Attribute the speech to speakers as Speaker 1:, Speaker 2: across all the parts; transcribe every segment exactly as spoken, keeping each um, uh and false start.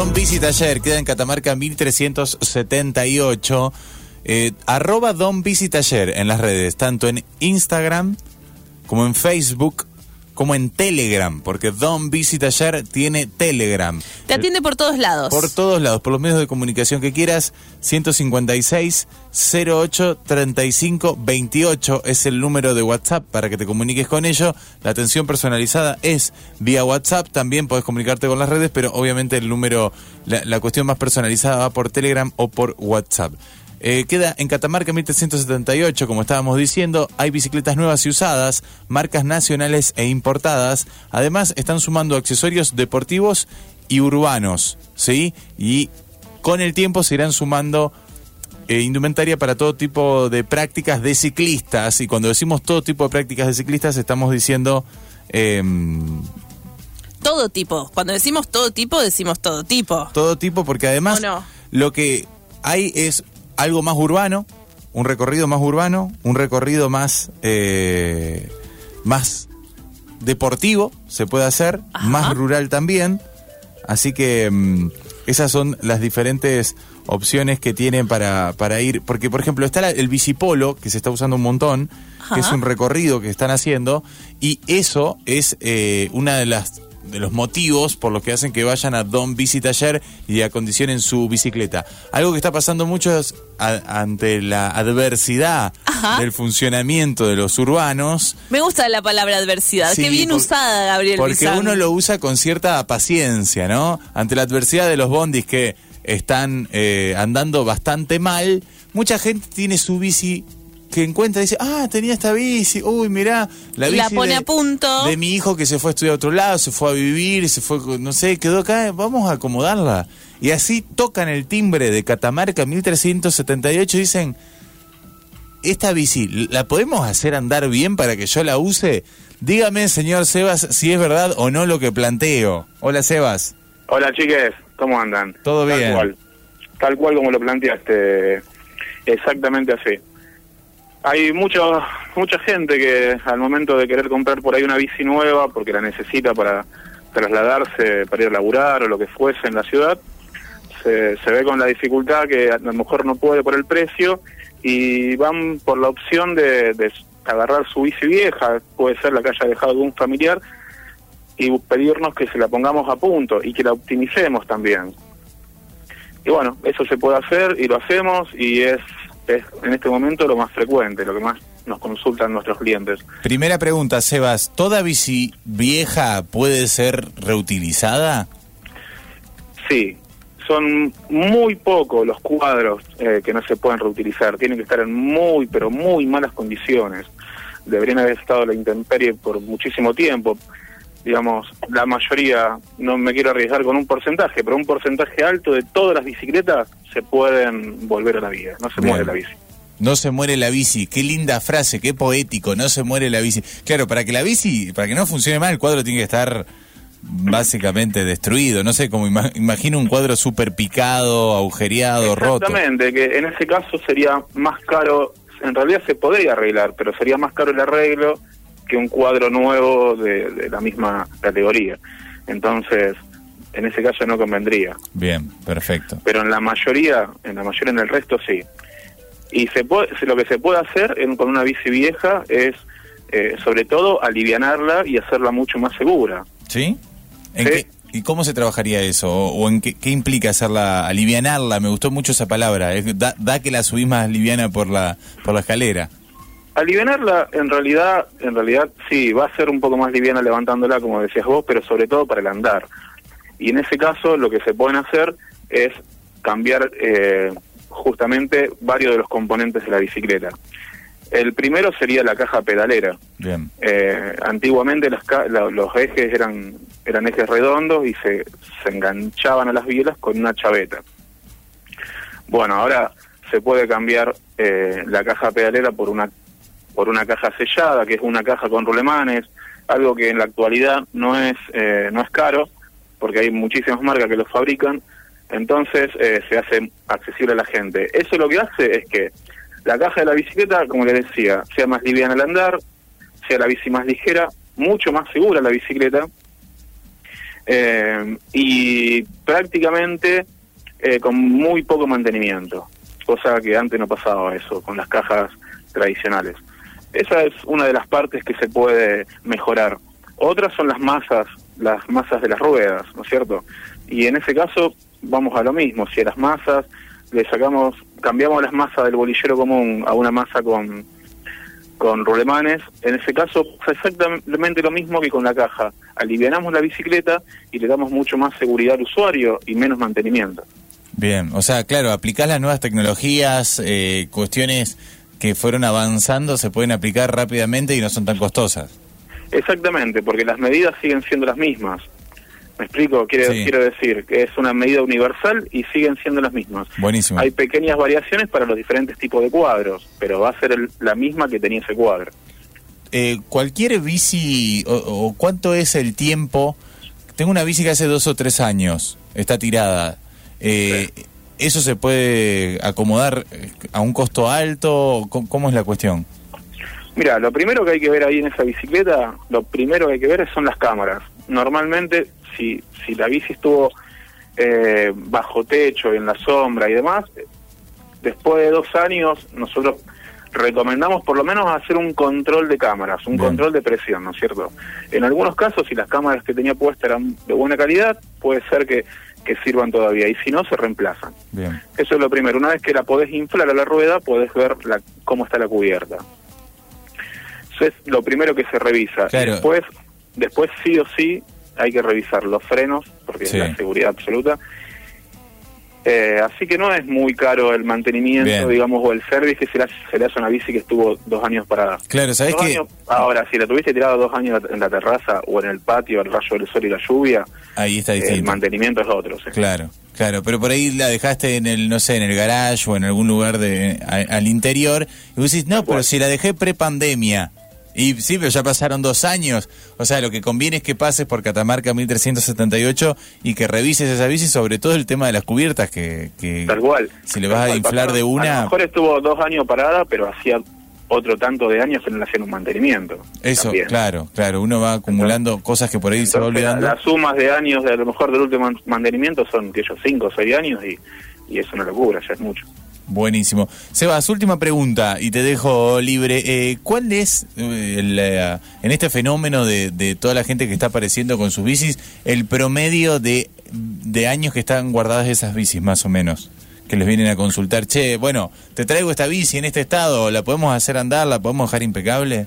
Speaker 1: Don Bici Taller, queda en Catamarca mil trescientos setenta y ocho. Eh, arroba Don Bici Taller en las redes, tanto en Instagram como en Facebook, como en Telegram, porque Don Bici Taller tiene Telegram.
Speaker 2: Te atiende por todos lados.
Speaker 1: Por todos lados, por los medios de comunicación que quieras. ciento cincuenta y seis, cero ocho, treinta y cinco, veintiocho es el número de WhatsApp para que te comuniques con ellos. La atención personalizada es vía WhatsApp. También podés comunicarte con las redes, pero obviamente el número, la, la cuestión más personalizada va por Telegram o por WhatsApp. Eh, queda en Catamarca mil trescientos setenta y ocho, como estábamos diciendo. Hay bicicletas nuevas y usadas, marcas nacionales e importadas. Además están sumando accesorios deportivos y urbanos, ¿sí? Y con el tiempo se irán sumando eh, indumentaria para todo tipo de prácticas de ciclistas. Y cuando decimos todo tipo de prácticas de ciclistas estamos diciendo... Eh,
Speaker 2: todo tipo. Cuando decimos todo tipo, decimos todo tipo.
Speaker 1: Todo tipo, porque además
Speaker 2: no?
Speaker 1: lo que hay es... algo más urbano, un recorrido más urbano, un recorrido más eh, más deportivo, se puede hacer, Ajá. más rural también. Así que mmm, esas son las diferentes opciones que tienen para, para ir. Porque, por ejemplo, está la, el bicipolo, que se está usando un montón, Ajá. que es un recorrido que están haciendo, y eso es eh, una de las... de los motivos por los que hacen que vayan a Don Bici Taller y acondicionen su bicicleta. Algo que está pasando mucho es a, ante la adversidad Ajá. del funcionamiento de los urbanos.
Speaker 2: Me gusta la palabra adversidad, sí, qué bien por, usada, Gabriel
Speaker 1: Porque
Speaker 2: Bizán.
Speaker 1: Uno lo usa con cierta paciencia, ¿no? Ante la adversidad de los bondis que están eh, andando bastante mal, mucha gente tiene su bici que encuentra y dice, ah, tenía esta bici, uy, mirá, la bici
Speaker 2: la pone
Speaker 1: de,
Speaker 2: a punto.
Speaker 1: de mi hijo que se fue a estudiar a otro lado, se fue a vivir, se fue, no sé, quedó acá, vamos a acomodarla. Y así tocan el timbre de Catamarca mil trescientos setenta y ocho y dicen, esta bici, ¿la podemos hacer andar bien para que yo la use? Dígame, señor Sebas, si es verdad o no lo que planteo. Hola, Sebas.
Speaker 3: Hola, chiques, ¿cómo andan?
Speaker 1: Todo
Speaker 3: tal
Speaker 1: bien.
Speaker 3: Cual, tal cual como lo planteaste, exactamente así. Hay mucho, mucha gente que al momento de querer comprar por ahí una bici nueva, porque la necesita para trasladarse, para ir a laburar o lo que fuese en la ciudad, se, se ve con la dificultad que a lo mejor no puede por el precio y van por la opción de, de agarrar su bici vieja, puede ser la que haya dejado de un familiar, y pedirnos que se la pongamos a punto y que la optimicemos también. Y bueno, eso se puede hacer y lo hacemos y es... es en este momento lo más frecuente, lo que más nos consultan nuestros clientes.
Speaker 1: Primera pregunta, Sebas, ¿toda bici vieja puede ser reutilizada?
Speaker 3: Sí, son muy pocos los cuadros eh, que no se pueden reutilizar, tienen que estar en muy, pero muy malas condiciones. Deberían haber estado a la intemperie por muchísimo tiempo. Digamos, la mayoría, no me quiero arriesgar con un porcentaje, pero un porcentaje alto de todas las bicicletas se pueden volver a la vida, no se
Speaker 1: Bien.
Speaker 3: muere la bici.
Speaker 1: No se muere la bici, qué linda frase, qué poético, no se muere la bici. Claro, para que la bici, para que no funcione mal, el cuadro tiene que estar básicamente destruido, no sé, como ima- imagino un cuadro súper picado, agujereado, roto.
Speaker 3: Exactamente, que en ese caso sería más caro, en realidad se podría arreglar, pero sería más caro el arreglo que un cuadro nuevo de, de la misma categoría. Entonces, en ese caso no convendría.
Speaker 1: Bien, perfecto.
Speaker 3: Pero en la mayoría, en la mayoría en el resto sí. Y se puede, lo que se puede hacer en, con una bici vieja es, eh, sobre todo, alivianarla y hacerla mucho más segura.
Speaker 1: ¿Sí? ¿En
Speaker 3: ¿Sí?
Speaker 1: qué, ¿Y cómo se trabajaría eso? ¿O, o en qué, qué implica hacerla, alivianarla? Me gustó mucho esa palabra. Es, da, da que la subís más liviana por la, por la escalera.
Speaker 3: Alivianarla, en realidad, en realidad sí, va a ser un poco más liviana levantándola, como decías vos, pero sobre todo para el andar. Y en ese caso lo que se pueden hacer es cambiar eh, justamente varios de los componentes de la bicicleta. El primero sería la caja pedalera.
Speaker 1: Bien.
Speaker 3: Eh, antiguamente las ca- la, los ejes eran eran ejes redondos y se, se enganchaban a las bielas con una chaveta. Bueno, ahora se puede cambiar eh, la caja pedalera por una por una caja sellada, que es una caja con rulemanes, algo que en la actualidad no es eh, no es caro, porque hay muchísimas marcas que los fabrican, entonces eh, se hace accesible a la gente. Eso lo que hace es que la caja de la bicicleta, como les decía, sea más liviana al andar, sea la bici más ligera, mucho más segura la bicicleta, eh, y prácticamente eh, con muy poco mantenimiento, cosa que antes no pasaba eso con las cajas tradicionales. Esa es una de las partes que se puede mejorar. Otras son las masas, las masas de las ruedas, ¿no es cierto? Y en ese caso vamos a lo mismo, si a las masas le sacamos, cambiamos las masas del bolillero común a una masa con, con rulemanes, en ese caso es exactamente lo mismo que con la caja. Alivianamos la bicicleta y le damos mucho más seguridad al usuario y menos mantenimiento.
Speaker 1: Bien, o sea, claro, aplicás las nuevas tecnologías, eh, cuestiones que fueron avanzando, se pueden aplicar rápidamente y no son tan costosas.
Speaker 3: Exactamente, porque las medidas siguen siendo las mismas. ¿Me explico? Quiero,
Speaker 1: sí.
Speaker 3: quiero decir que es una medida universal y siguen siendo las mismas.
Speaker 1: Buenísimo.
Speaker 3: Hay pequeñas variaciones para los diferentes tipos de cuadros, pero va a ser el, la misma que tenía ese cuadro.
Speaker 1: Eh, cualquier bici, o, o cuánto es el tiempo, tengo una bici que hace dos o tres años, está tirada, eh, sí. ¿Eso se puede acomodar a un costo alto? ¿Cómo, cómo es la cuestión?
Speaker 3: Mira, lo primero que hay que ver ahí en esa bicicleta, lo primero que hay que ver son las cámaras. Normalmente, si si la bici estuvo eh, bajo techo, en la sombra y demás, después de dos años nosotros recomendamos por lo menos hacer un control de cámaras, un Bien. control de presión, ¿no es cierto? En algunos casos, si las cámaras que tenía puestas eran de buena calidad, puede ser que, que sirvan todavía, y si no, se reemplazan.
Speaker 1: Bien.
Speaker 3: Eso es lo primero. Una vez que la podés inflar a la rueda, podés ver la, cómo está la cubierta. Eso es lo primero que se revisa.
Speaker 1: Claro.
Speaker 3: Después, después sí o sí hay que revisar los frenos, porque sí. es la seguridad absoluta. Eh, así que no es muy caro el mantenimiento, Bien. digamos, o el service que se le, hace, se le hace a una bici que estuvo dos años parada.
Speaker 1: Claro, ¿sabes qué?
Speaker 3: Ahora, si la tuviste tirada dos años en la terraza o en el patio, al rayo del sol y la lluvia,
Speaker 1: ahí está distinto.
Speaker 3: El mantenimiento es otro. ¿sí?
Speaker 1: Claro, claro, pero por ahí la dejaste en el, no sé, en el garage o en algún lugar de a, al interior, y vos decís, no, pero si la dejé pre-pandemia. Y sí, pero ya pasaron dos años. O sea, lo que conviene es que pases por Catamarca mil trescientos setenta y ocho y que revises esa bici, sobre todo el tema de las cubiertas, que, que
Speaker 3: tal cual.
Speaker 1: Si le vas a inflar
Speaker 3: pasaron,
Speaker 1: de una...
Speaker 3: A lo mejor estuvo dos años parada, pero hacía otro tanto de años que no le hacían un mantenimiento.
Speaker 1: Eso,
Speaker 3: también.
Speaker 1: claro, claro. Uno va acumulando entonces, cosas que por ahí entonces, se va olvidando.
Speaker 3: Las sumas de años, de a lo mejor del último mantenimiento, son que ellos cinco o seis años y, y es una locura, ya es mucho.
Speaker 1: Buenísimo. Sebas, última pregunta y te dejo libre. Eh, ¿Cuál es, eh, el, eh, en este fenómeno de, de toda la gente que está apareciendo con sus bicis, el promedio de, de años que están guardadas esas bicis, más o menos? Que les vienen a consultar, che, bueno, te traigo esta bici en este estado, ¿la podemos hacer andar, la podemos dejar impecable?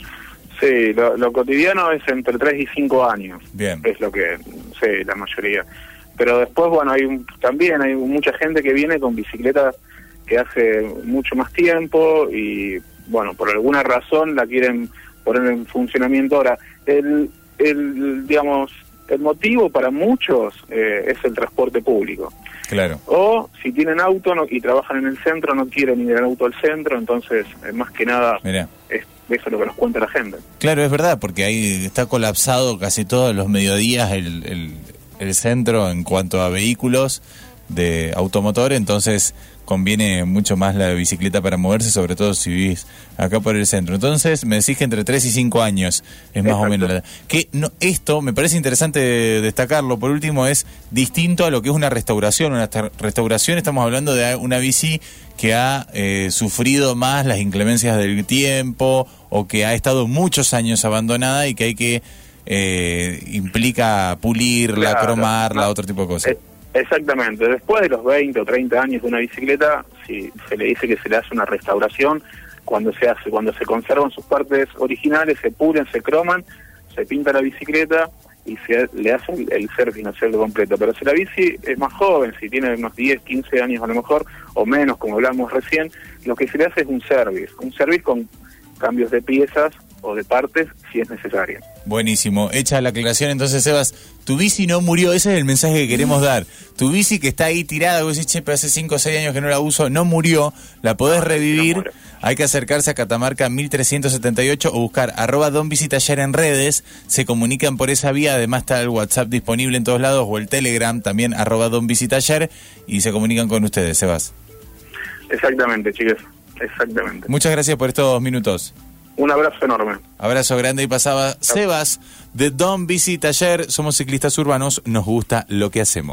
Speaker 3: Sí, lo, lo cotidiano es entre tres y cinco años.
Speaker 1: Bien.
Speaker 3: Es lo que, sí, la mayoría. Pero después, bueno, hay un, también hay mucha gente que viene con bicicletas que hace mucho más tiempo y, bueno, por alguna razón la quieren poner en funcionamiento ahora. El, el digamos, el motivo para muchos eh, es el transporte público.
Speaker 1: Claro.
Speaker 3: O si tienen auto no, y trabajan en el centro, no quieren ir en auto al centro, entonces, eh, más que nada,
Speaker 1: Mirá.
Speaker 3: es eso es lo que nos cuenta la gente.
Speaker 1: Claro, es verdad, porque ahí está colapsado casi todos los mediodías el, el, el centro en cuanto a vehículos de automotor, entonces conviene mucho más la bicicleta para moverse, sobre todo si vivís acá por el centro. Entonces me decís que entre tres y cinco años es más Exacto. o menos la edad. Que no, esto me parece interesante destacarlo, por último, es distinto a lo que es una restauración. Una restauración, estamos hablando de una bici que ha eh, sufrido más las inclemencias del tiempo o que ha estado muchos años abandonada y que hay que eh, implica pulirla, claro, cromarla, no, otro tipo de cosas.
Speaker 3: Eh. Exactamente, después de los veinte o treinta años de una bicicleta, si se le dice que se le hace una restauración, cuando se hace, cuando se conservan sus partes originales, se pulen, se croman, se pinta la bicicleta y se le hace el, el service, hacerlo completo. Pero si la bici es más joven, si tiene unos diez, quince años a lo mejor, o menos, como hablamos recién, lo que se le hace es un service, un service con cambios de piezas o de partes si es necesario.
Speaker 1: Buenísimo. Hecha la aclaración, entonces, Sebas, tu bici no murió, ese es el mensaje que queremos dar. Tu bici que está ahí tirada, vos decís, che, pero hace cinco o seis años que no la uso, no murió, la podés revivir. No Hay que acercarse a Catamarca mil trescientos setenta y ocho o buscar arroba Don Bicitaller en redes, se comunican por esa vía, además está el WhatsApp disponible en todos lados, o el Telegram también, arroba Don Bicitaller, y se comunican con ustedes, Sebas.
Speaker 3: Exactamente, chicos, exactamente.
Speaker 1: Muchas gracias por estos minutos.
Speaker 3: Un abrazo enorme.
Speaker 1: Abrazo grande. Y pasaba Sebas de Don Bici Taller. Somos ciclistas urbanos, nos gusta lo que hacemos.